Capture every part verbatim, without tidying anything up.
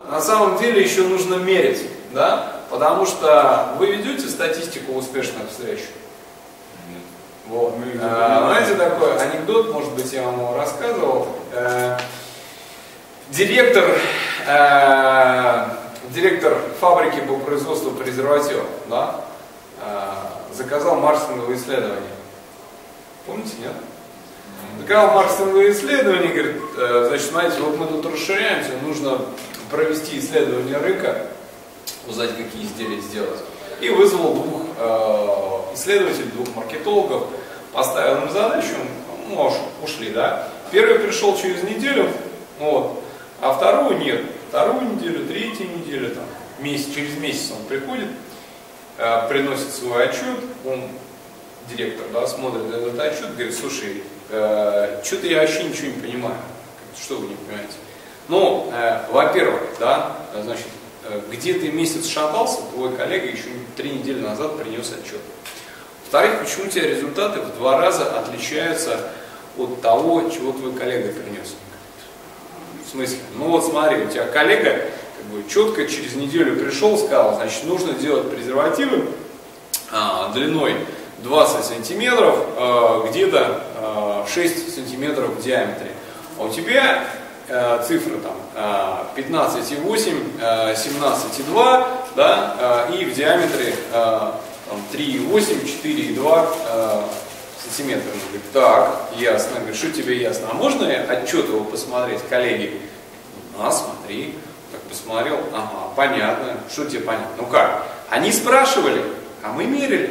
на самом деле еще нужно мерить, да? Потому что вы ведете статистику успешных встреч? Нет. Вот. А, знаете, такой анекдот, может быть, я вам его рассказывал. А, директор, а, директор фабрики по производству презервативов, да? а, заказал маркетинговые исследования. Помните, нет? Заказал маркетинговые исследования, говорит, значит, смотрите, вот мы тут расширяемся, нужно провести исследование рынка, узнать, какие изделия сделать. И вызвал двух э, исследователей, двух маркетологов, поставил им задачу, ну, ушли, да. Первый пришел через неделю, вот, а вторую нет. Вторую неделю, третью неделю, там, месяц, через месяц он приходит, э, приносит свой отчет, он, директор, да, смотрит этот отчет, говорит, слушай, э, что-то я вообще ничего не понимаю. Что вы не понимаете? Ну, э, во-первых, да, значит, где ты месяц шатался, твой коллега еще три недели назад принес отчет. Во-вторых, почему у тебя результаты в два раза отличаются от того, чего твой коллега принес? В смысле? Ну вот смотри, у тебя коллега как бы четко через неделю пришел, сказал, значит, нужно делать презервативы а, длиной двадцать сантиметров, а, где-то а, шесть сантиметров в диаметре. А у тебя цифры там пятнадцать и восемь, семнадцать и два, да, и в диаметре три и восемь, четыре и два сантиметра. Он говорит, так, ясно. Говорит, что тебе ясно? А можно отчет его посмотреть, коллеги? А, смотри. Так посмотрел, ага, понятно. Что тебе понятно? Ну как? Они спрашивали, а мы мерили.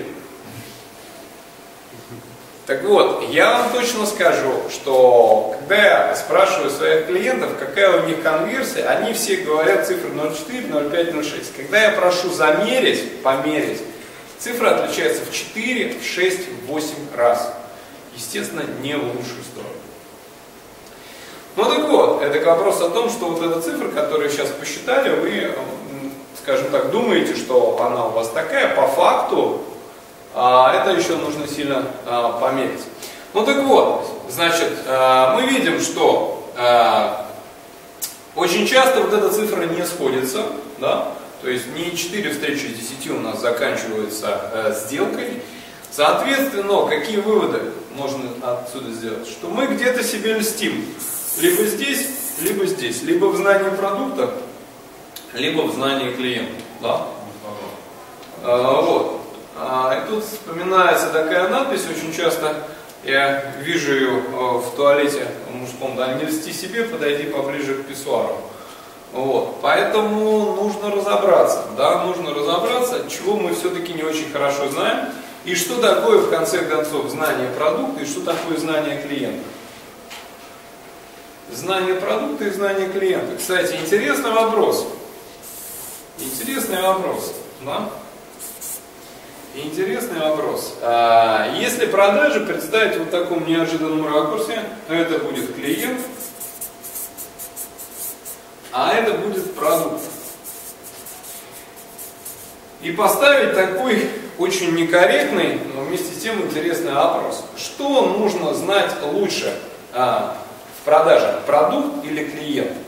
Так вот, я вам точно скажу, что когда я спрашиваю своих клиентов, какая у них конверсия, они все говорят цифры ноль четыре, ноль пять, ноль шесть. Когда я прошу замерить, померить, цифра отличается в четыре, в шесть, в восемь раз. Естественно, не в лучшую сторону. Ну так вот, это к вопросу о том, что вот эта цифра, которую сейчас посчитали, вы, скажем так, думаете, что она у вас такая, по факту, это еще нужно сильно а, померить. Ну так вот, значит, а, мы видим, что а, очень часто вот эта цифра не сходится, да? То есть не четыре встречи из десяти у нас заканчиваются а, сделкой. Соответственно, какие выводы можно отсюда сделать? Что мы где-то себе льстим. Либо здесь, либо здесь. Либо в знании продукта, либо в знании клиента. Да? А, вот. И тут вспоминается такая надпись, очень часто я вижу ее в туалете мужском, да, не льсти себе, подойди поближе к писсуару. Вот. Поэтому нужно разобраться, да, нужно разобраться, чего мы все-таки не очень хорошо знаем, и что такое в конце концов знание продукта, и что такое знание клиента. Знание продукта и знание клиента. Кстати, интересный вопрос. Интересный вопрос, да? Интересный вопрос. Если продажи представить вот в таком неожиданном ракурсе, то это будет клиент, а это будет продукт. И поставить такой очень некорректный, но вместе с тем интересный вопрос. Что нужно знать лучше в продаже, продукт или клиент?